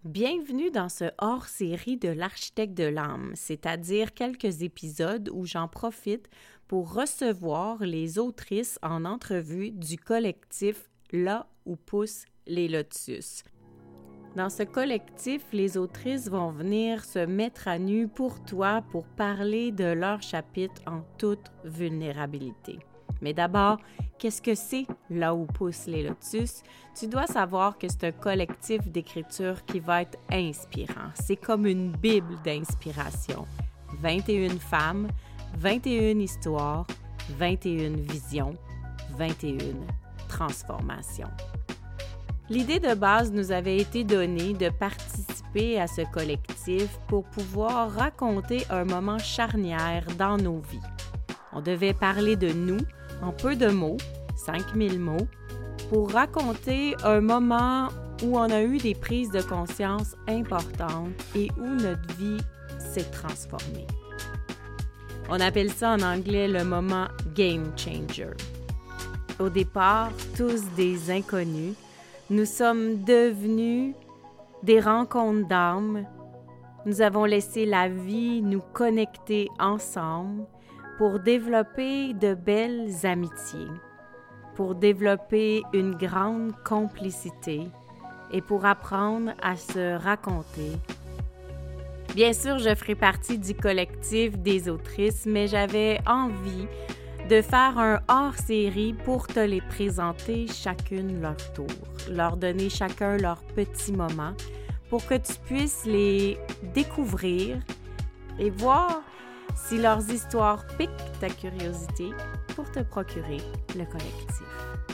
Bienvenue dans ce hors-série de l'Architecte de l'âme, c'est-à-dire quelques épisodes où j'en profite pour recevoir les autrices en entrevue du collectif Là où poussent les lotus. Dans ce collectif, les autrices vont venir se mettre à nu pour toi pour parler de leur chapitre en toute vulnérabilité. Mais d'abord, qu'est-ce que c'est Là où poussent les lotus? Tu dois savoir que c'est un collectif d'écriture qui va être inspirant. C'est comme une bible d'inspiration. 21 femmes, 21 histoires, 21 visions, 21 transformations. L'idée de base nous avait été donnée de participer à ce collectif pour pouvoir raconter un moment charnière dans nos vies. On devait parler de nous en peu de mots, 5000 mots, pour raconter un moment où on a eu des prises de conscience importantes et où notre vie s'est transformée. On appelle ça en anglais le moment game changer. Au départ, tous des inconnus, nous sommes devenus des rencontres d'âmes. Nous avons laissé la vie nous connecter ensemble pour développer de belles amitiés, pour développer une grande complicité et pour apprendre à se raconter. Bien sûr, je ferai partie du collectif des autrices, mais j'avais envie de faire un hors-série pour te les présenter chacune leur tour, leur donner chacun leur petit moment pour que tu puisses les découvrir et voir si leurs histoires piquent ta curiosité pour te procurer le collectif.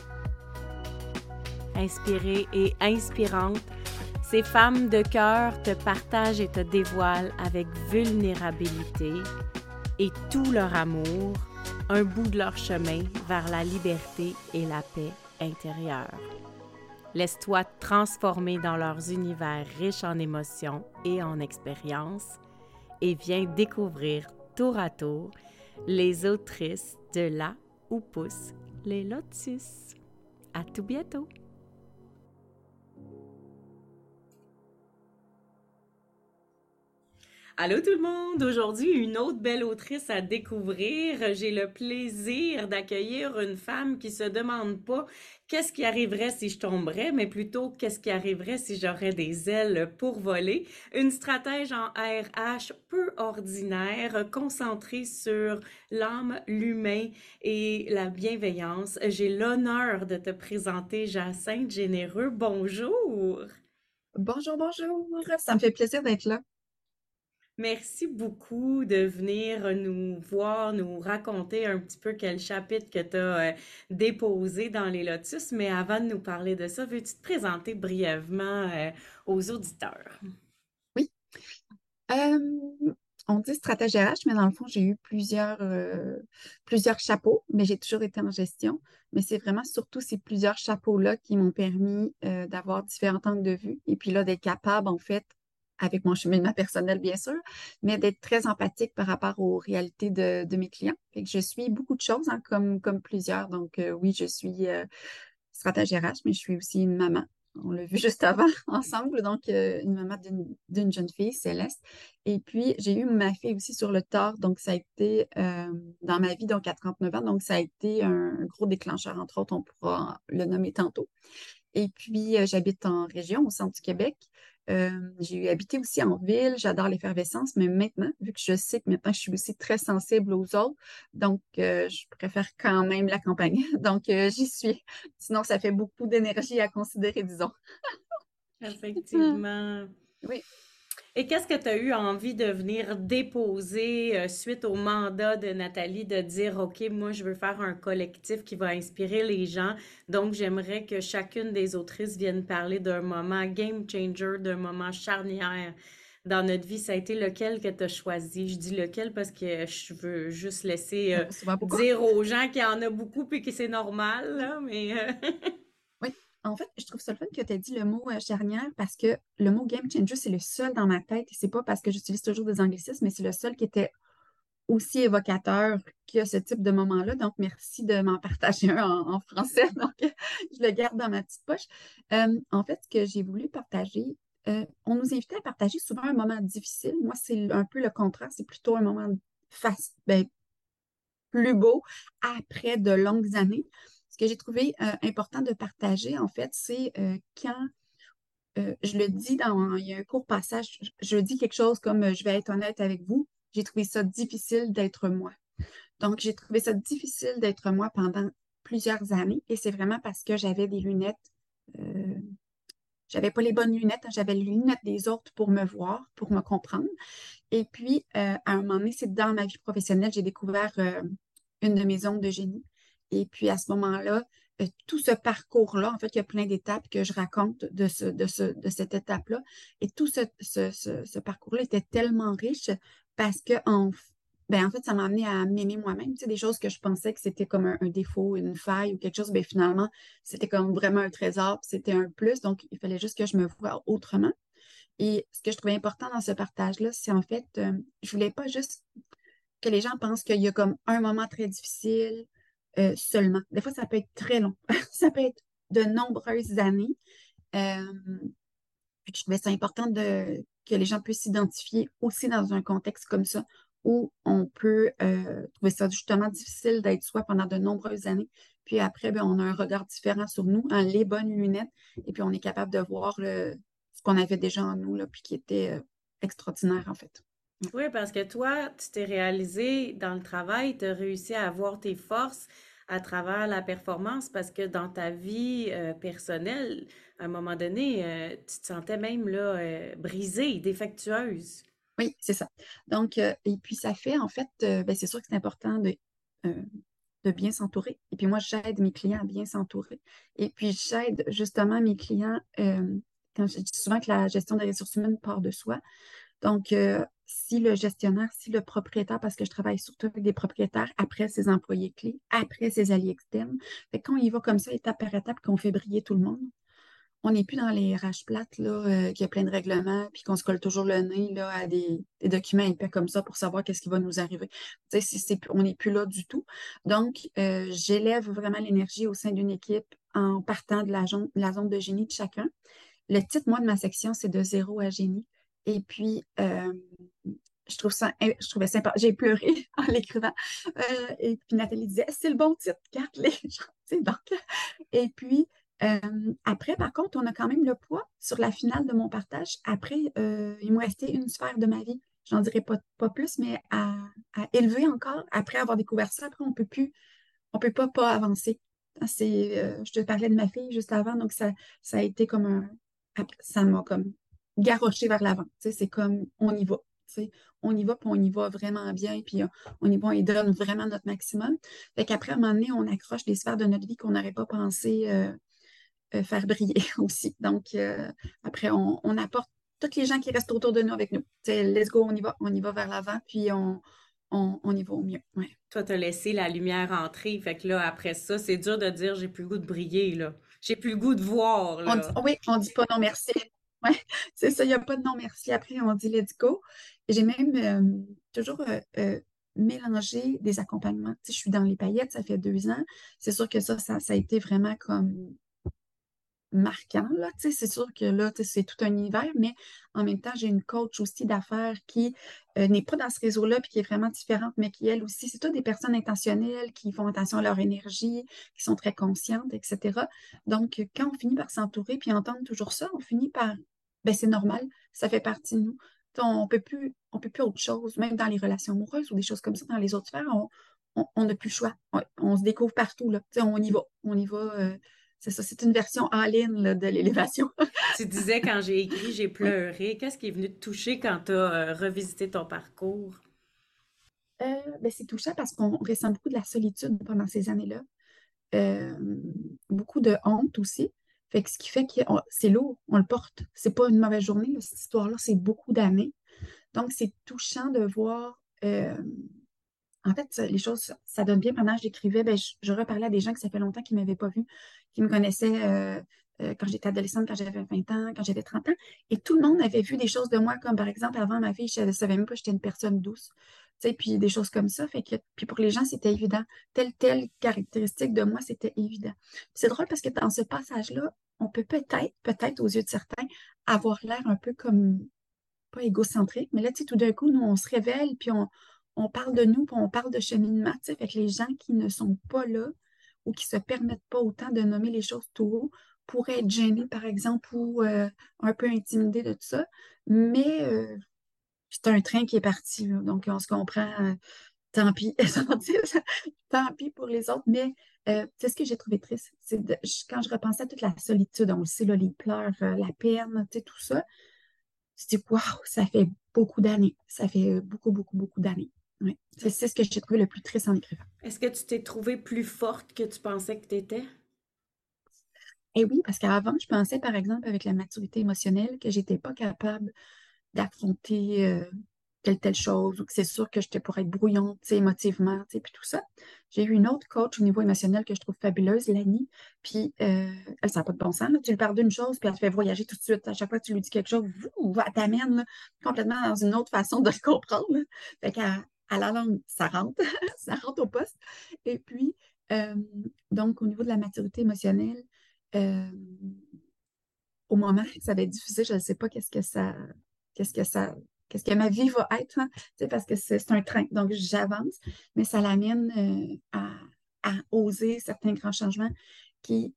Inspirée et inspirante, ces femmes de cœur te partagent et te dévoilent avec vulnérabilité et tout leur amour, un bout de leur chemin vers la liberté et la paix intérieure. Laisse-toi transformer dans leurs univers riches en émotions et en expériences et viens découvrir tour à tour les autrices de Là où poussent les lotus. À tout bientôt! Allô tout le monde! Aujourd'hui, une autre belle autrice à découvrir. J'ai le plaisir d'accueillir une femme qui se demande pas qu'est-ce qui arriverait si je tomberais, mais plutôt qu'est-ce qui arriverait si j'aurais des ailes pour voler. Une stratège en RH peu ordinaire, concentrée sur l'âme, l'humain et la bienveillance. J'ai l'honneur de te présenter Jacinthe Généreux. Bonjour! Bonjour, bonjour. Ça me fait plaisir d'être là. Merci beaucoup de venir nous voir, nous raconter un petit peu quel chapitre que tu as déposé dans les Lotus. Mais avant de nous parler de ça, veux-tu te présenter brièvement aux auditeurs? Oui. Euh, on dit stratège RH, mais dans le fond, j'ai eu plusieurs chapeaux, mais j'ai toujours été en gestion. Mais c'est vraiment surtout ces plusieurs chapeaux-là qui m'ont permis d'avoir différents angles de vue et puis là, d'être capable, en fait, avec mon cheminement personnel, bien sûr, mais d'être très empathique par rapport aux réalités de mes clients. Fait que je suis beaucoup de choses, hein, comme plusieurs. Donc, oui, je suis stratège RH, mais je suis aussi une maman. On l'a vu juste avant ensemble, donc une maman d'une jeune fille, Céleste. Et puis, j'ai eu ma fille aussi sur le tard, donc ça a été dans ma vie, donc à 39 ans, donc ça a été un gros déclencheur, entre autres, on pourra le nommer tantôt. Et puis, j'habite en région, au centre du Québec. J'ai habité aussi en ville, j'adore l'effervescence, mais maintenant, vu que je sais que maintenant je suis aussi très sensible aux autres, donc je préfère quand même la campagne. Donc, j'y suis. Sinon, ça fait beaucoup d'énergie à considérer, disons. Hmm. Effectivement. Oui. Et qu'est-ce que tu as eu envie de venir déposer suite au mandat de Nathalie de dire, OK, moi, je veux faire un collectif qui va inspirer les gens. Donc, j'aimerais que chacune des autrices vienne parler d'un moment game changer, d'un moment charnière dans notre vie. Ça a été lequel que tu as choisi? Je dis lequel parce que je veux juste laisser Souvent beaucoup. dire aux gens qu'il y en a beaucoup et que c'est normal, là, mais Oui. En fait, je trouve ça le fun que tu aies dit le mot charnière parce que le mot game changer, c'est le seul dans ma tête. Et c'est pas parce que j'utilise toujours des anglicismes, mais c'est le seul qui était aussi évocateur que ce type de moment-là. Donc, merci de m'en partager un en français. Donc, je le garde dans ma petite poche. En fait, ce que j'ai voulu partager, On nous invitait à partager souvent un moment difficile. Moi, c'est un peu le contraire. C'est plutôt un moment ben, plus beau après de longues années. Ce que j'ai trouvé important de partager, en fait, c'est quand je le dis il y a un court passage, je dis quelque chose comme je vais être honnête avec vous, j'ai trouvé ça difficile d'être moi. Donc, j'ai trouvé ça difficile d'être moi pendant plusieurs années et c'est vraiment parce que j'avais des lunettes. euh, j'avais pas les bonnes lunettes, hein, j'avais les lunettes des autres pour me voir, pour me comprendre. Et puis, à un moment donné, c'est dans ma vie professionnelle, j'ai découvert une de mes ondes de génie. Et puis, à ce moment-là, tout ce parcours-là, en fait, il y a plein d'étapes que je raconte de cette étape-là. Et tout ce parcours-là était tellement riche parce que, en fait, ça m'a amené à m'aimer moi-même. Tu sais, des choses que je pensais que c'était comme un défaut, une faille ou quelque chose, ben finalement, c'était comme vraiment un trésor, puis c'était un plus. Donc, il fallait juste que je me voie autrement. Et ce que je trouvais important dans ce partage-là, c'est en fait, je voulais pas juste que les gens pensent qu'il y a comme un moment très difficile seulement. Des fois, ça peut être très long. Ça peut être de nombreuses années. Euh, Fait que je trouvais ça important que les gens puissent s'identifier aussi dans un contexte comme ça, où on peut trouver ça justement difficile d'être soi pendant de nombreuses années. Puis après, ben, on a un regard différent sur nous, hein, les bonnes lunettes, et puis on est capable de voir ce qu'on avait déjà en nous, là, puis qui était extraordinaire, en fait. Oui, parce que toi, tu t'es réalisé dans le travail, tu as réussi à avoir tes forces à travers la performance parce que dans ta vie personnelle, à un moment donné, tu te sentais même là, brisée, défectueuse. Oui, c'est ça. Donc, et puis ça fait, en fait, ben, c'est sûr que c'est important euh, de bien s'entourer. Et puis moi, j'aide mes clients à bien s'entourer. Et puis j'aide justement mes clients, quand je dis souvent que la gestion des ressources humaines part de soi. Donc, si le gestionnaire, si le propriétaire, parce que je travaille surtout avec des propriétaires, après ses employés clés, après ses alliés externes, fait que quand on y va comme ça, étape par étape, qu'on fait briller tout le monde, on n'est plus dans les RH plates, là, qu'il y a plein de règlements, puis qu'on se colle toujours le nez là, à des documents épais comme ça pour savoir qu'est-ce qui va nous arriver. Tu sais, on n'est plus là du tout. Donc, j'élève vraiment l'énergie au sein d'une équipe en partant de la zone de génie de chacun. Le titre, moi, de ma section, c'est de zéro à génie. Et puis, je trouvais sympa. J'ai pleuré en l'écrivant. Et puis, Nathalie disait, c'est le bon titre, garde-les. Tu sais, donc, et puis, après, par contre, on a quand même le poids sur la finale de mon partage. Après, il me restait une sphère de ma vie. J'en dirais pas plus, mais à élever encore. Après avoir découvert ça, après, on peut pas avancer. Je te parlais de ma fille juste avant, donc ça a été comme ça m'a comme garoché vers l'avant. Tu sais, c'est comme, on y va. Tu sais, on y va, puis on y va vraiment bien, puis on y va, on y donne vraiment notre maximum. Fait qu'après, à un moment donné, on accroche des sphères de notre vie qu'on n'aurait pas pensé faire briller aussi. Donc, après, on apporte tous les gens qui restent autour de nous avec nous. Tu sais, let's go, on y va vers l'avant, puis on y va au mieux. Ouais. Toi, t'as laissé la lumière entrer. Fait que là, après ça, c'est dur de dire j'ai plus le goût de briller, là. J'ai plus le goût de voir, là. Oui, on dit pas non merci. Ouais, c'est ça, il n'y a pas de non merci. Après, on dit let's go. Et j'ai même toujours mélangé des accompagnements. Tu sais, je suis dans les paillettes, ça fait 2 ans. C'est sûr que ça a été vraiment comme marquant, là, tu sais, c'est sûr que là, tu sais, c'est tout un univers, mais en même temps, j'ai une coach aussi d'affaires qui n'est pas dans ce réseau-là, puis qui est vraiment différente, mais qui, elle aussi, c'est toutes des personnes intentionnelles qui font attention à leur énergie, qui sont très conscientes, etc. Donc, quand on finit par s'entourer, puis entendre toujours ça, on finit par, ben c'est normal, ça fait partie de nous. On peut plus autre chose, même dans les relations amoureuses ou des choses comme ça, dans les autres sphères, on n'a plus le choix. On se découvre partout, là. Tu sais, on y va. C'est ça, c'est une version en ligne là, de l'élévation. Tu disais quand j'ai écrit, j'ai Oui. pleuré. Qu'est-ce qui est venu te toucher quand tu as revisité ton parcours? Ben, c'est touchant parce qu'on ressent beaucoup de la solitude pendant ces années-là. Euh, Beaucoup de honte aussi. Fait que ce qui fait que c'est lourd, on le porte. C'est pas une mauvaise journée, là, cette histoire-là, c'est beaucoup d'années. Donc, c'est touchant de voir. En fait, les choses, ça donne bien. Pendant que j'écrivais, ben, je reparlais à des gens que ça fait longtemps qu'ils ne m'avaient pas vue, qui me connaissaient quand j'étais adolescente, quand j'avais 20 ans, quand j'avais 30 ans. Et tout le monde avait vu des choses de moi, comme par exemple, avant ma fille, je ne savais même pas que j'étais une personne douce. sais, puis des choses comme ça. Fait que, puis pour les gens, c'était évident. Telle caractéristique de moi, c'était évident. Puis c'est drôle parce que dans ce passage-là, on peut peut-être aux yeux de certains, avoir l'air un peu comme, pas égocentrique, mais là, tu sais, tout d'un coup, nous, on se révèle, puis on parle de nous, puis on parle de cheminement, tu sais, fait que les gens qui ne sont pas là ou qui se permettent pas autant de nommer les choses tout haut pourraient être gênés, par exemple, ou un peu intimidés de tout ça. Mais c'est un train qui est parti, là. Donc on se comprend. Tant pis, tant pis pour les autres. Mais c'est ce que j'ai trouvé triste. Quand je repensais à toute la solitude, on le sait, là, les pleurs, la peine, tu sais, tout ça, je dis, waouh, ça fait beaucoup d'années. Ça fait beaucoup, beaucoup, beaucoup d'années. Ouais. C'est ce que j'ai trouvé le plus triste en écrivant. Est-ce que tu t'es trouvée plus forte que tu pensais que tu étais? Et oui, parce qu'avant, je pensais, par exemple, avec la maturité émotionnelle, que j'étais pas capable d'affronter telle chose, ou que c'est sûr que j'étais pour être brouillante, tu sais, émotivement, tu sais, puis tout ça. J'ai eu une autre coach au niveau émotionnel que je trouve fabuleuse, Lani, puis elle, ça n'a pas de bon sens, là. Tu lui parles d'une chose, puis elle te fait voyager tout de suite. À chaque fois que tu lui dis quelque chose, elle t'amène là, complètement dans une autre façon de le comprendre, là. Fait qu'à la langue, ça rentre, ça rentre au poste. Et puis, euh, donc, au niveau de la maturité émotionnelle, euh, au moment que ça va être diffusé, je ne sais pas qu'est-ce que ça, qu'est-ce que ma vie va être, hein, tu sais, parce que c'est un train. Donc, j'avance, mais ça l'amène à oser certains grands changements qui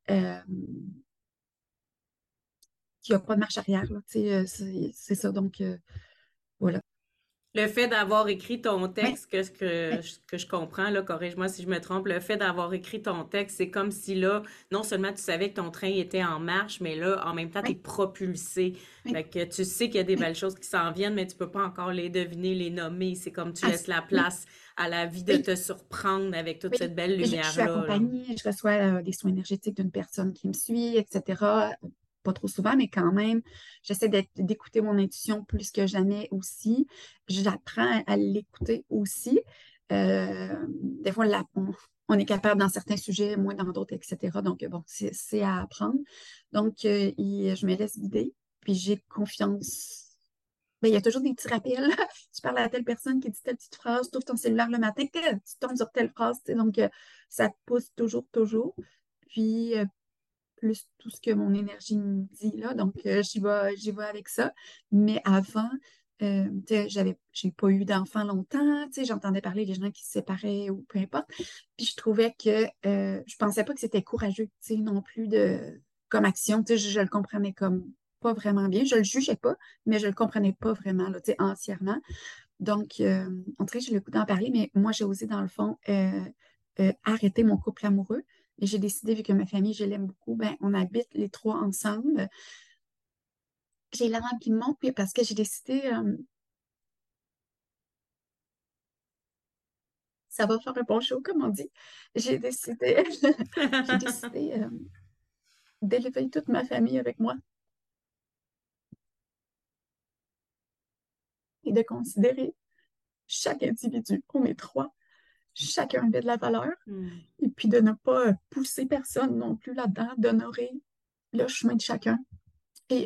qui n'ont pas de marche arrière, là, tu sais, c'est ça. Donc, voilà. Le fait d'avoir écrit ton Oui, texte, oui, que je comprends, là, corrige-moi si je me trompe, le fait d'avoir écrit ton texte, c'est comme si là, non seulement tu savais que ton train était en marche, mais là, en même temps, tu es oui, propulsé. oui, Fait que tu sais qu'il y a des oui, belles choses qui s'en viennent, mais tu peux pas encore les deviner, les nommer. C'est comme tu laisses la oui, place à la vie de oui. te surprendre avec toute Oui, cette belle je suis lumière-là, là. accompagnée, je reçois des soins énergétiques d'une personne qui me suit, etc. Pas trop souvent, mais quand même, j'essaie d'écouter mon intuition plus que jamais aussi. J'apprends à l'écouter aussi. Des fois, on est capable dans certains sujets, moins dans d'autres, etc. Donc, bon, c'est à apprendre. Donc, je me laisse guider, puis j'ai confiance. Ben, il y a toujours des petits rappels. Tu parles à telle personne qui dit telle petite phrase, tu ouvres ton cellulaire le matin, que tu tombes sur telle phrase. Tu sais. Donc, ça te pousse toujours, toujours. Puis, plus tout ce que mon énergie me dit, là. Donc, j'y vais avec ça. Mais avant, tu sais, j'ai pas eu d'enfant longtemps. Tu sais, j'entendais parler des gens qui se séparaient ou peu importe. Puis, je trouvais que je pensais pas que c'était courageux, tu sais, non plus comme action. Tu sais, je le comprenais comme pas vraiment bien. Je le jugeais pas, mais je le comprenais pas vraiment, là, tu sais, entièrement. Donc, on dirait que j'ai le goût d'en parler, mais moi, j'ai osé, dans le fond, arrêter mon couple amoureux. Et j'ai décidé, vu que ma famille, je l'aime beaucoup, ben, on habite les trois ensemble. J'ai la langue qui me monte, puis parce que j'ai décidé, ça va faire un bon show, comme on dit. J'ai décidé, j'ai décidé d'élever toute ma famille avec moi et de considérer chaque individu. On est trois, chacun avait de la valeur, Hmm. et puis de ne pas pousser personne non plus là-dedans, d'honorer le chemin de chacun et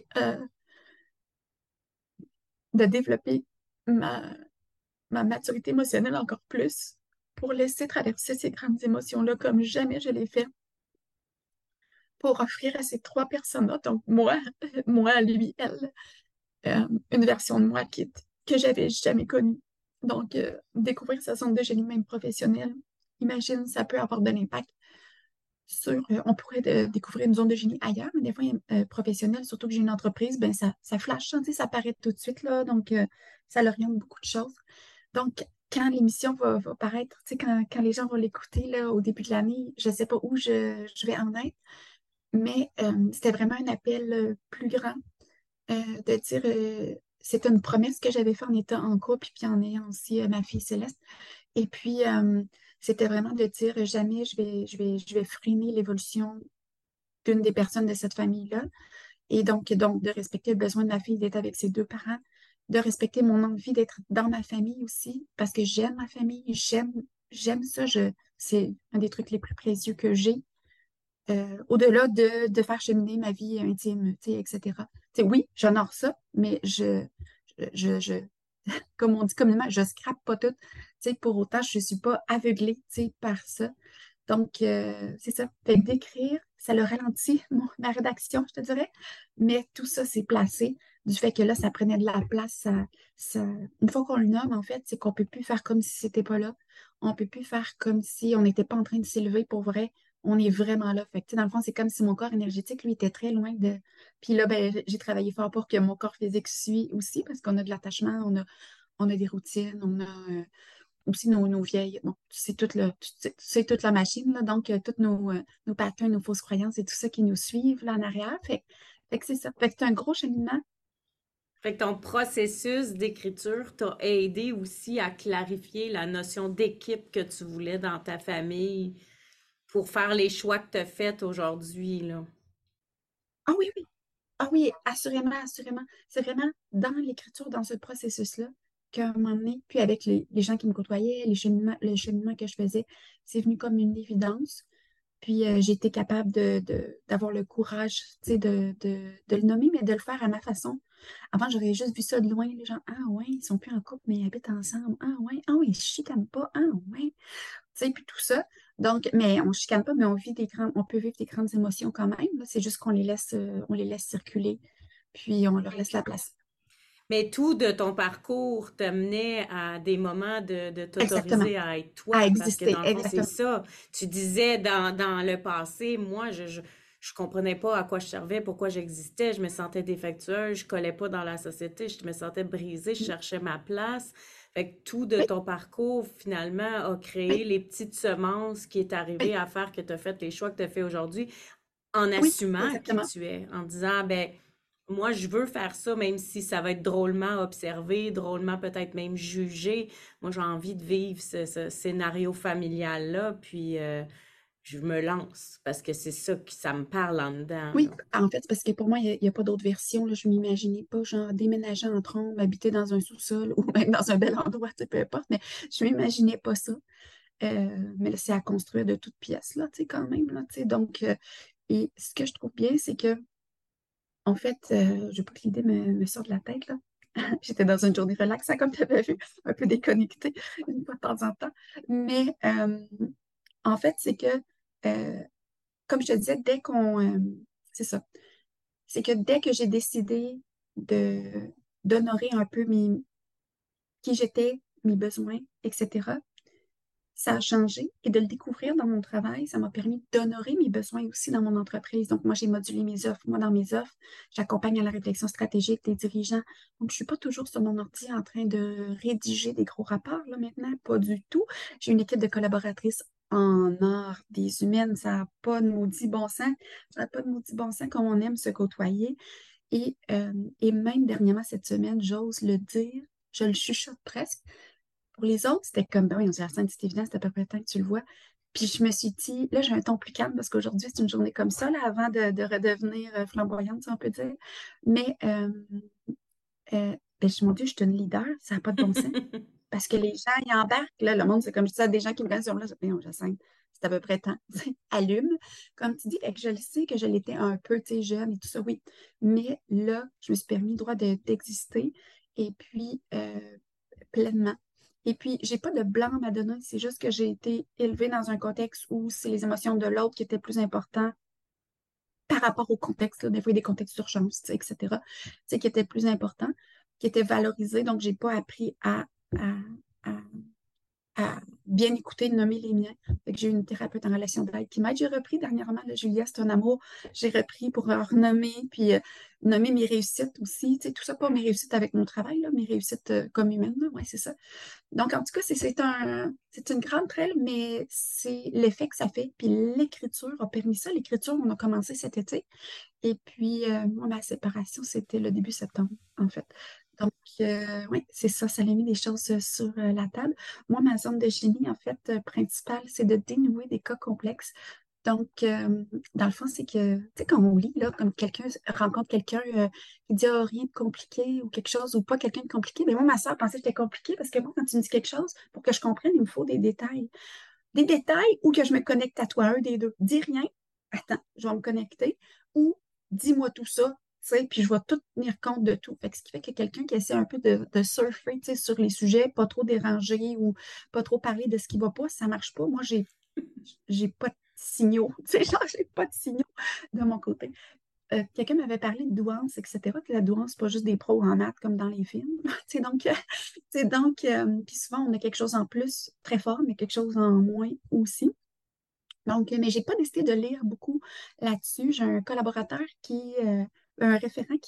de développer ma, ma maturité émotionnelle encore plus pour laisser traverser ces grandes émotions-là comme jamais je l'ai fait, pour offrir à ces trois personnes-là, donc moi, moi, lui, elle, une version de moi que j'avais jamais connue. Donc, découvrir sa zone de génie, même professionnelle, imagine, ça peut avoir de l'impact on pourrait découvrir une zone de génie ailleurs, mais des fois, professionnelle, surtout que j'ai une entreprise, ben ça flash, hein, tu sais, ça paraît tout de suite, là, donc ça l'oriente beaucoup de choses. Donc, quand l'émission va paraître, tu sais, quand les gens vont l'écouter là, au début de l'année, je ne sais pas où je vais en être, mais c'était vraiment un appel plus grand de dire, c'était une promesse que j'avais faite en étant en couple, puis en ayant aussi ma fille Céleste. Et puis, c'était vraiment de dire, jamais je vais freiner l'évolution d'une des personnes de cette famille-là. Et donc, de respecter le besoin de ma fille d'être avec ses deux parents, de respecter mon envie d'être dans ma famille aussi, parce que j'aime ma famille, j'aime ça. C'est un des trucs les plus précieux que j'ai. Au-delà de faire cheminer ma vie intime, tu sais, etc. Tu sais, oui, j'honore ça, mais je, comme on dit communément, je scrape pas tout. Tu sais, pour autant, je ne suis pas aveuglée, tu sais, par ça. Donc, c'est ça. Fait que d'écrire, ça le ralentit, ma rédaction, je te dirais. Mais tout ça, c'est placé du fait que là, ça prenait de la place. Une fois qu'on le nomme, en fait, c'est qu'on ne peut plus faire comme si c'était pas là. On ne peut plus faire comme si on n'était pas en train de s'élever pour vrai. On est vraiment là. Fait que, tu sais, dans le fond, c'est comme si mon corps énergétique, lui, était très loin de. Puis là, ben, j'ai travaillé fort pour que mon corps physique suive aussi, parce qu'on a de l'attachement, on a des routines, on a aussi nos vieilles. Bon, c'est toute la machine, là, donc tous nos patterns, nos fausses croyances et tout ça qui nous suivent là en arrière. Fait que c'est ça. Fait que c'est un gros cheminement. Fait que ton processus d'écriture t'a aidé aussi à clarifier la notion d'équipe que tu voulais dans ta famille pour faire les choix que tu as faits aujourd'hui, là. Ah oui, oui. Ah oui, assurément, assurément. C'est vraiment dans l'écriture, dans ce processus-là, qu'à un moment donné, puis avec les gens qui me côtoyaient, le cheminement que je faisais, c'est venu comme une évidence. Puis j'ai été capable d'avoir le courage, tu sais, de le nommer, mais de le faire à ma façon. Avant, j'aurais juste vu ça de loin, les gens, ah ouais, ils sont plus en couple, mais ils habitent ensemble. Ah ouais, ah oui, ils se chicanent pas. Ah ouais, tu sais, puis tout ça. Donc, mais on ne chicane pas, mais on peut vivre des grandes émotions quand même, là. C'est juste qu'on on les laisse circuler, puis on leur laisse la place. Mais tout de ton parcours t'amenait à des moments de Exactement. t'autoriser à être À toi, parce que exister, dans le fond, c'est exactement. ça. Tu disais dans le passé, moi, je comprenais pas à quoi je servais, pourquoi j'existais, je me sentais défectueuse, je collais pas dans la société, je me sentais brisée, je cherchais ma place. Fait que tout de Oui, ton parcours, finalement, a créé oui, les petites semences qui est oui, arrivé à faire que tu as fait les choix que tu as fait aujourd'hui en oui, assumant qui exactement. tu es, en disant, ben, moi, je veux faire ça, même si ça va être drôlement observé, drôlement peut-être même jugé. Moi, j'ai envie de vivre ce scénario familial-là, puis je me lance parce que c'est ça qui ça me parle en dedans, Oui, là. en fait, c'est parce que pour moi, il y a pas d'autre version, là. Je m'imaginais pas, genre, déménager en trombe, habiter dans un sous-sol ou même dans un bel endroit, tu sais, peu importe, mais je m'imaginais pas ça. Mais là, c'est à construire de toutes pièces, là, tu sais, quand même, là, tu sais. Donc, et ce que je trouve bien, c'est que, en fait, je veux pas que l'idée me sorte de la tête, là. J'étais dans une journée relaxante, comme tu avais vu, un peu déconnectée une fois de temps en temps. Mais en fait, c'est que, euh, comme je te disais, c'est ça, c'est que dès que j'ai décidé de d'honorer un peu qui j'étais, mes besoins, etc., ça a changé et de le découvrir dans mon travail, ça m'a permis d'honorer mes besoins aussi dans mon entreprise. Donc, moi, j'ai modulé mes offres. Moi, dans mes offres, j'accompagne à la réflexion stratégique des dirigeants. Donc, je ne suis pas toujours sur mon ordi en train de rédiger des gros rapports, là, maintenant, pas du tout. J'ai une équipe de collaboratrices en art des humaines. Ça n'a pas de maudit bon sens. Ça n'a pas de maudit bon sens comme on aime se côtoyer. Et même dernièrement, cette semaine, j'ose le dire, je le chuchote presque. Pour les autres, c'était comme, ben oui, on dit la scène, c'est évident, c'est à peu près le temps que tu le vois. Puis je me suis dit, là, j'ai un ton plus calme parce qu'aujourd'hui, c'est une journée comme ça, là, avant de redevenir flamboyante, si on peut dire. Mais, ben, mon Dieu, je suis une leader, ça n'a pas de bon sens. Parce que les gens, ils embarquent, là, le monde, c'est comme ça, des gens qui me regardent sur là, je scène, c'est à peu près temps, allume. Comme tu dis, fait que je le sais que je l'étais un peu, tu sais, jeune et tout ça, oui. Mais là, je me suis permis le droit d'exister et puis pleinement. Et puis, j'ai pas de blanc à donner, c'est juste que j'ai été élevée dans un contexte où c'est les émotions de l'autre qui étaient plus importantes par rapport au contexte, là. Des fois, il y a des contextes d'urgence, tu sais, etc., tu sais, qui étaient plus importants, qui étaient valorisés. Donc, j'ai pas appris à, à bien écouter, nommer les miens. Fait que j'ai eu une thérapeute en relation d'aide qui m'aide. J'ai repris dernièrement, là, Julia, c'est un amour. J'ai repris pour renommer, puis nommer mes réussites aussi. Tu sais, tout ça, pas mes réussites avec mon travail, là, mes réussites comme humaine. Oui, c'est ça. Donc, en tout cas, c'est une grande traîne, mais c'est l'effet que ça fait. Puis l'écriture a permis ça. L'écriture, on a commencé cet été. Et puis, moi, ma séparation, c'était le début septembre, en fait. Donc, oui, c'est ça, ça a mis des choses sur la table. Moi, ma zone de génie, en fait, principale, c'est de dénouer des cas complexes. Donc, dans le fond, c'est que, tu sais, quand on lit, là, comme quelqu'un rencontre quelqu'un qui dit ah, rien de compliqué ou quelque chose, ou pas quelqu'un de compliqué, mais moi, ma soeur pensait que j'étais compliqué parce que moi, quand tu me dis quelque chose, pour que je comprenne, il me faut des détails. Des détails ou que je me connecte à toi, un des deux. Dis rien, attends, je vais me connecter, ou dis-moi tout ça, sais, puis je vais tout tenir compte de tout. Fait que ce qui fait que quelqu'un qui essaie un peu de surfer, tu sais, sur les sujets, pas trop déranger ou pas trop parler de ce qui va pas, ça marche pas. Moi, j'ai pas de signaux, tu sais, genre, j'ai pas de signaux de mon côté. Quelqu'un m'avait parlé de douance, etc., que la douance, c'est pas juste des pros en maths comme dans les films. Tu sais, donc, puis souvent, on a quelque chose en plus très fort, mais quelque chose en moins aussi. Donc, mais j'ai pas décidé de lire beaucoup là-dessus. J'ai un collaborateur un référent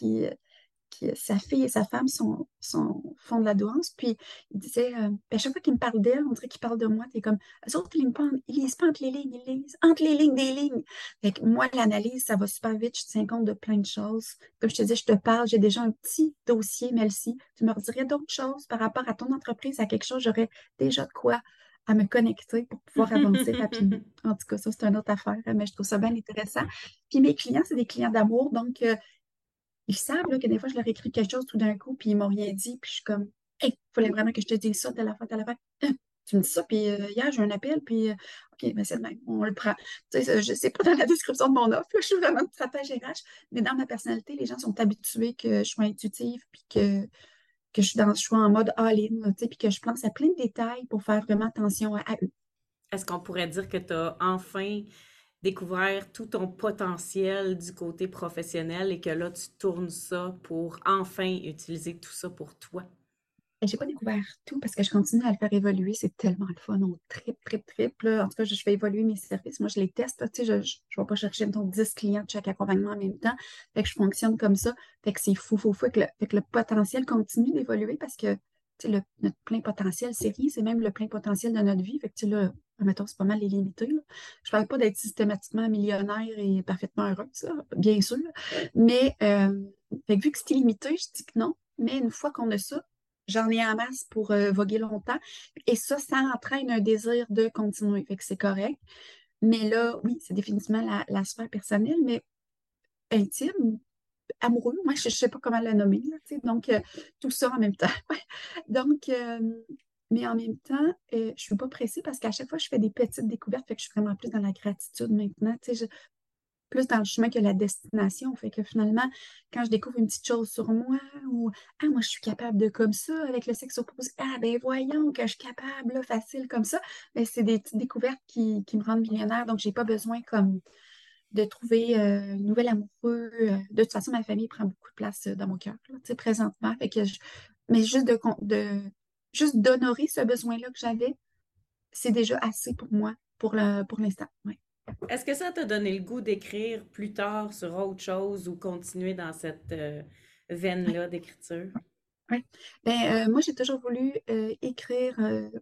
sa fille et sa femme font de la douance. Puis il disait, à chaque fois qu'il me parle d'elle, on dirait qu'il parle de moi. T'es comme, eux autres, ils lisent pas entre les lignes, ils lisent entre les lignes des lignes. Fait que moi, l'analyse, ça va super vite. Je tiens compte de plein de choses. Comme je te dis, je te parle, j'ai déjà un petit dossier, Melcy. Tu me redirais d'autres choses par rapport à ton entreprise, à quelque chose, j'aurais déjà de quoi à me connecter pour pouvoir avancer rapidement. En tout cas, ça, c'est une autre affaire, mais je trouve ça bien intéressant. Puis mes clients, c'est des clients d'amour, donc ils savent là, que des fois, je leur écris quelque chose tout d'un coup, puis ils m'ont rien dit, puis je suis comme, hey, il fallait vraiment que je te dise ça, telle affaire, telle affaire. Tu me dis ça, puis hier, j'ai un appel, puis OK, ben c'est le même, on le prend. Tu sais, je sais pas dans la description de mon offre, là, je suis vraiment une stratège RH, mais dans ma personnalité, les gens sont habitués que je sois intuitive, puis que je sois en mode all-in, là, tu sais, puis que je pense à plein de détails pour faire vraiment attention à eux. Est-ce qu'on pourrait dire que tu as enfin découvert tout ton potentiel du côté professionnel et que là, tu tournes ça pour enfin utiliser tout ça pour toi? Et j'ai pas découvert tout parce que je continue à le faire évoluer. C'est tellement le fun. On trip, là. En tout cas, je fais évoluer mes services. Moi, je les teste, là. Tu sais, je vais pas chercher, mettons, 10 clients de chaque accompagnement en même temps. Fait que je fonctionne comme ça. Fait que c'est fou fait que le potentiel continue d'évoluer parce que, tu sais, notre plein potentiel, c'est rien. C'est même le plein potentiel de notre vie. Fait que, tu sais, là, mettons, c'est pas mal illimité, là. Je parle pas d'être systématiquement millionnaire et parfaitement heureux, ça, bien sûr. Mais, fait que vu que c'est illimité, je dis que non. Mais une fois qu'on a ça, j'en ai en masse pour voguer longtemps. Et ça entraîne un désir de continuer. Fait que c'est correct. Mais là, oui, c'est définitivement la sphère personnelle, mais intime, amoureux. Moi, je ne sais pas comment la nommer, là, tu sais. Donc, tout ça en même temps. Ouais. Donc, mais en même temps, je ne suis pas pressée parce qu'à chaque fois, je fais des petites découvertes. Fait que je suis vraiment plus dans la gratitude maintenant. Tu sais, plus dans le chemin que la destination. Fait que finalement, quand je découvre une petite chose sur moi ou ah, moi, je suis capable de comme ça avec le sexe opposé, ah, ben voyons que je suis capable, là, facile comme ça. Mais c'est des petites découvertes qui me rendent millionnaire. Donc, j'ai pas besoin comme de trouver un nouvel amoureux. De toute façon, ma famille prend beaucoup de place dans mon cœur, là, tu sais, présentement. Mais juste d'honorer ce besoin-là que j'avais, c'est déjà assez pour moi pour l'instant. Ouais. Est-ce que ça t'a donné le goût d'écrire plus tard sur autre chose ou continuer dans cette veine-là d'écriture? Ouais. Ben, moi, j'ai toujours voulu écrire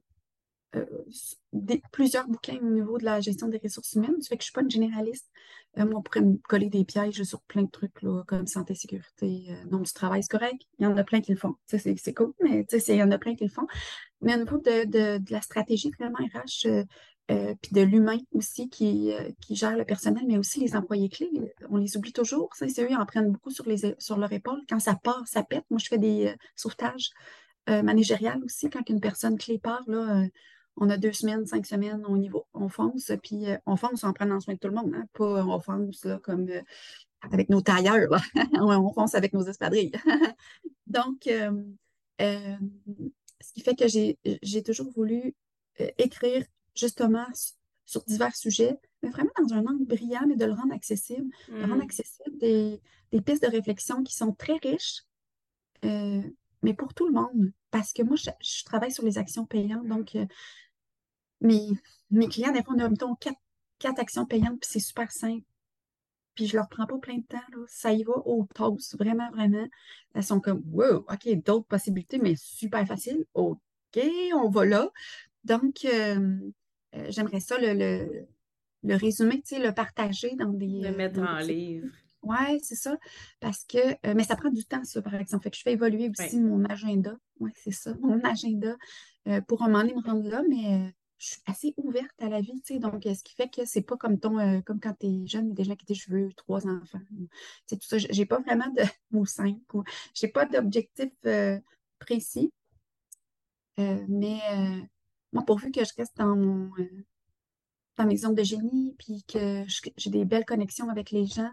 plusieurs bouquins au niveau de la gestion des ressources humaines. Ça fait que je ne suis pas une généraliste. Moi, on pourrait me coller des pièges sur plein de trucs là, comme santé, sécurité, non du travail, c'est correct. Il y en a plein qui le font. Tu sais, c'est cool, mais tu sais, il y en a plein qui le font. Mais au niveau de la stratégie vraiment RH, puis de l'humain aussi qui gère le personnel, mais aussi les employés clés, on les oublie toujours. Tu sais, c'est eux, ils en prennent beaucoup sur leur épaule. Quand ça part, ça pète. Moi, je fais des sauvetages managériales aussi. Quand une personne clé part, là, on a 2 semaines, 5 semaines, on fonce, puis on fonce en prenant soin de tout le monde, hein, pas on fonce là, comme avec nos tailleurs, là. On fonce avec nos espadrilles. Donc, euh, ce qui fait que j'ai toujours voulu écrire justement sur divers sujets, mais vraiment dans un angle brillant, mais de rendre Hmm. accessible des pistes de réflexion qui sont très riches, euh, mais pour tout le monde. Parce que moi, je travaille sur les actions payantes, donc mes, mes clients, des fois, on a, mettons, quatre actions payantes, puis c'est super simple. Puis je leur prends pas plein de temps, là. Ça y va au toast, vraiment, vraiment. Elles sont comme, wow, OK, d'autres possibilités, mais super facile. OK, on va là. Donc, j'aimerais ça le résumer, tu sais, le partager Le mettre dans des en petits. livre. Ouais, c'est ça. Parce que, mais ça prend du temps, ça, par exemple. Fait que je fais évoluer aussi Ouais. mon agenda. Ouais, c'est ça, mon agenda pour un moment donné me rendre là, mais je suis assez ouverte à la vie, tu sais. Donc, ce qui fait que c'est pas comme quand tu es jeune, il y a des gens qui disent je veux 3 enfants. C'est tout ça. J'ai pas vraiment de ou cinq. J'ai pas d'objectif précis. Mais moi, pourvu que je reste dans mes zones de génie, puis que j'ai des belles connexions avec les gens,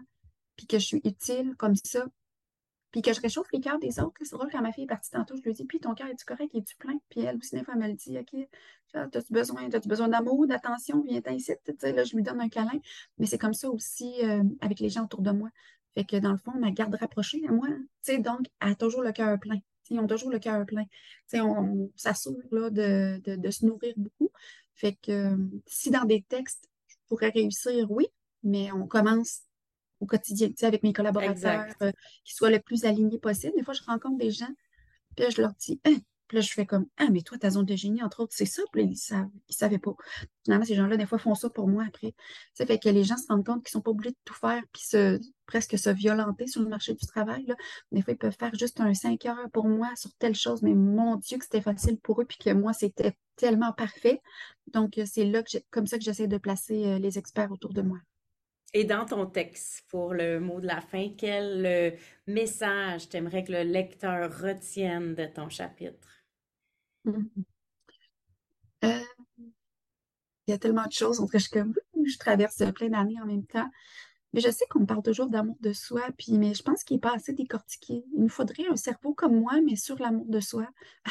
puis que je suis utile comme ça, puis que je réchauffe les cœurs des autres. Là, c'est drôle, quand ma fille est partie tantôt, je lui dis, puis ton cœur est-tu correct, es-tu plein? Puis elle aussi, des fois, elle me le dit, OK, t'as-tu besoin d'amour, d'attention, viens-t'en ici. Tu sais, là, je lui donne un câlin. Mais c'est comme ça aussi avec les gens autour de moi. Fait que dans le fond, ma garde rapprochée à moi, tu sais, donc, elle a toujours le cœur plein. Ils ont toujours le cœur plein. Tu sais, on s'assure là, de se nourrir beaucoup. Fait que si dans des textes, je pourrais réussir, oui, mais on commence au quotidien, tu sais, avec mes collaborateurs, Exact. qui soient le plus alignés possible. Des fois, je rencontre des gens, puis là, je leur dis, hein? Puis là, je fais comme, ah, mais toi, ta zone de génie, entre autres, c'est ça. Puis là, ils savaient pas. Finalement, ces gens-là, des fois, font ça pour moi après. Ça fait que les gens se rendent compte qu'ils sont pas obligés de tout faire, puis presque se violenter sur le marché du travail, là. Des fois, ils peuvent faire juste un 5 heures pour moi sur telle chose, mais mon Dieu, que c'était facile pour eux, puis que moi, c'était tellement parfait. Donc, c'est là comme ça que j'essaie de placer les experts autour de moi. Et dans ton texte, pour le mot de la fin, quel message t'aimerais que le lecteur retienne de ton chapitre? Mhm. Euh, Il y a tellement de choses. En tout cas, je traverse plein d'années en même temps. Mais je sais qu'on me parle toujours d'amour de soi, puis, mais je pense qu'il n'est pas assez décortiqué. Il nous faudrait un cerveau comme moi, mais sur l'amour de soi.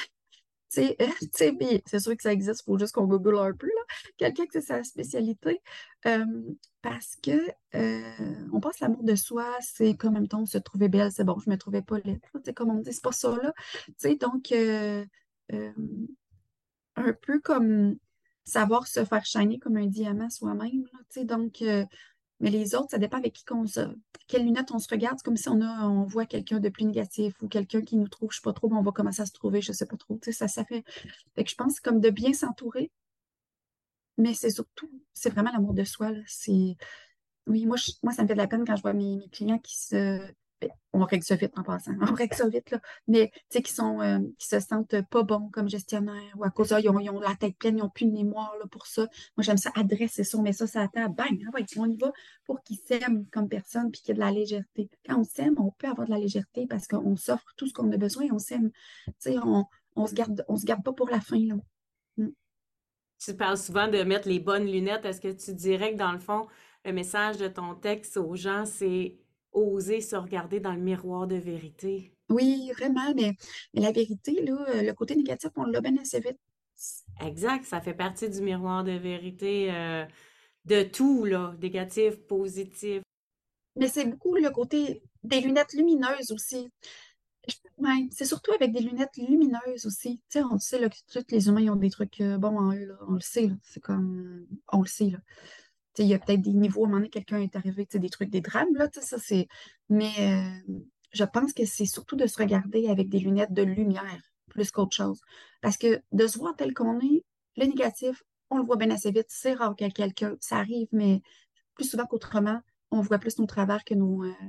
Tu sais, puis c'est sûr que ça existe, il faut juste qu'on google un peu, là. Quelqu'un que c'est sa spécialité. Euh, Parce que on pense que l'amour de soi, c'est comme en même temps, on se trouvait belle, c'est bon, je me trouvais pas laide. Tu sais, comme on dit, c'est pas ça, là. Tu sais, donc, euh, un peu comme savoir se faire shiner comme un diamant soi-même, là, tu sais, donc, mais les autres, ça dépend avec qui quelles lunettes on se regarde. C'est comme si on voit quelqu'un de plus négatif ou quelqu'un qui nous trouve, je sais pas trop, mais on va commencer à se trouver, je sais pas trop, tu sais, ça fait que je pense comme de bien s'entourer, mais c'est surtout, c'est vraiment l'amour de soi, là. Oui, moi, ça me fait de la peine quand je vois mes clients ben, on règle ça vite en passant, on règle ça vite, là. Mais tu sais, qui se sentent pas bons comme gestionnaires ou à cause, ils ont la tête pleine, ils n'ont plus de mémoire là, pour ça. Moi, j'aime ça, adresser ça, on met ça sur la table, bang, ah ouais, on y va pour qu'ils s'aiment comme personne puis qu'il y ait de la légèreté. Quand on s'aime, on peut avoir de la légèreté parce qu'on s'offre tout ce qu'on a besoin et on s'aime. Tu sais, on se garde pas pour la fin, là. Mm. Tu parles souvent de mettre les bonnes lunettes. Est-ce que tu dirais que dans le fond, le message de ton texte aux gens, c'est oser se regarder dans le miroir de vérité? Oui, vraiment, mais la vérité, là, le côté négatif, on l'a bien assez vite. Exact, ça fait partie du miroir de vérité de tout, là, négatif, positif. Mais c'est beaucoup le côté des lunettes lumineuses aussi. Ouais, c'est surtout avec des lunettes lumineuses aussi. Tu sais, on sait là, que tous les humains ils ont des trucs bons en eux, là. On le sait, là. C'est comme, on le sait, là. Tu sais, il y a peut-être des niveaux, à un moment donné, quelqu'un est arrivé, tu sais, des trucs, des drames, là, tu sais, ça, c'est... Mais je pense que c'est surtout de se regarder avec des lunettes de lumière, plus qu'autre chose. Parce que de se voir tel qu'on est, le négatif, on le voit bien assez vite. C'est rare que quelqu'un, ça arrive, mais plus souvent qu'autrement, on voit plus nos travers que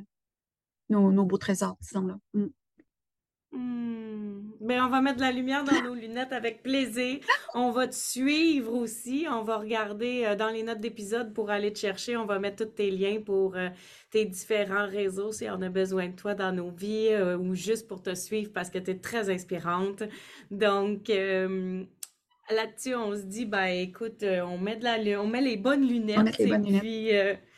nos beaux trésors, disons là. Mm. Ben, on va mettre de la lumière dans nos lunettes avec plaisir. On va te suivre aussi. On va regarder dans les notes d'épisode pour aller te chercher. On va mettre tous tes liens pour tes différents réseaux si on a besoin de toi dans nos vies ou juste pour te suivre parce que tu es très inspirante. Donc, là-dessus, on se dit, ben écoute, on met les bonnes On met lunettes les et bonnes lunettes. puis,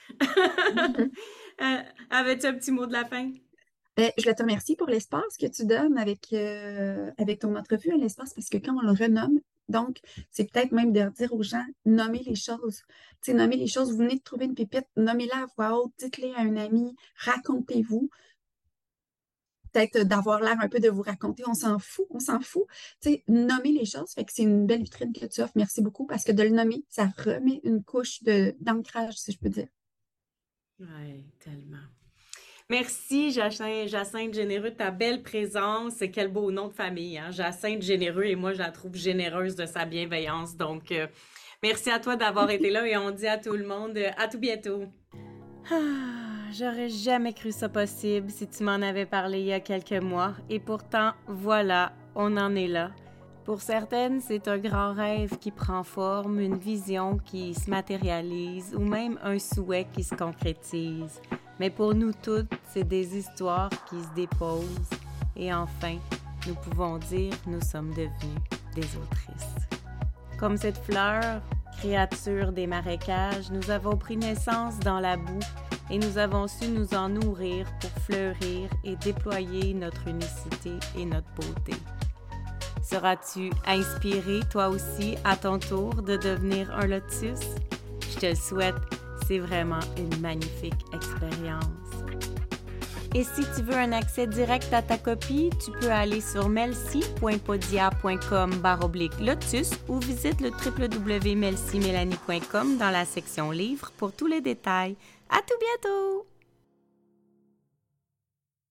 euh, avais-tu un petit mot de la fin? Ben, je te remercie pour l'espace que tu donnes avec ton entrevue à l'espace, parce que quand on le renomme, donc, c'est peut-être même de dire aux gens, nommez les choses. Tu sais, nommez les choses. Vous venez de trouver une pépite, nommez-la à voix haute, dites-les à un ami, racontez-vous. Peut-être d'avoir l'air un peu de vous raconter, on s'en fout, on s'en fout. Tu sais, nommer les choses, fait que c'est une belle vitrine que tu offres. Merci beaucoup, parce que de le nommer, ça remet une couche d'ancrage, si je peux dire. Ouais, tellement. Merci, Jacinthe Généreux, de ta belle présence. Quel beau nom de famille, hein? Jacinthe Généreux, et moi, je la trouve généreuse de sa bienveillance. Donc, merci à toi d'avoir été là et on dit à tout le monde à tout bientôt. J'aurais jamais cru ça possible si tu m'en avais parlé il y a quelques mois. Et pourtant, voilà, on en est là. Pour certaines, c'est un grand rêve qui prend forme, une vision qui se matérialise ou même un souhait qui se concrétise. Mais pour nous toutes, c'est des histoires qui se déposent. Et enfin, nous pouvons dire nous sommes devenus des autrices. Comme cette fleur, créature des marécages, nous avons pris naissance dans la boue et nous avons su nous en nourrir pour fleurir et déployer notre unicité et notre beauté. Seras-tu inspiré, toi aussi, à ton tour, de devenir un lotus? Je te le souhaite, c'est vraiment une magnifique expérience. Et si tu veux un accès direct à ta copie, tu peux aller sur melcy.podia.com/lotus ou visite le www.melcymélanie.com dans la section livres pour tous les détails. À tout bientôt!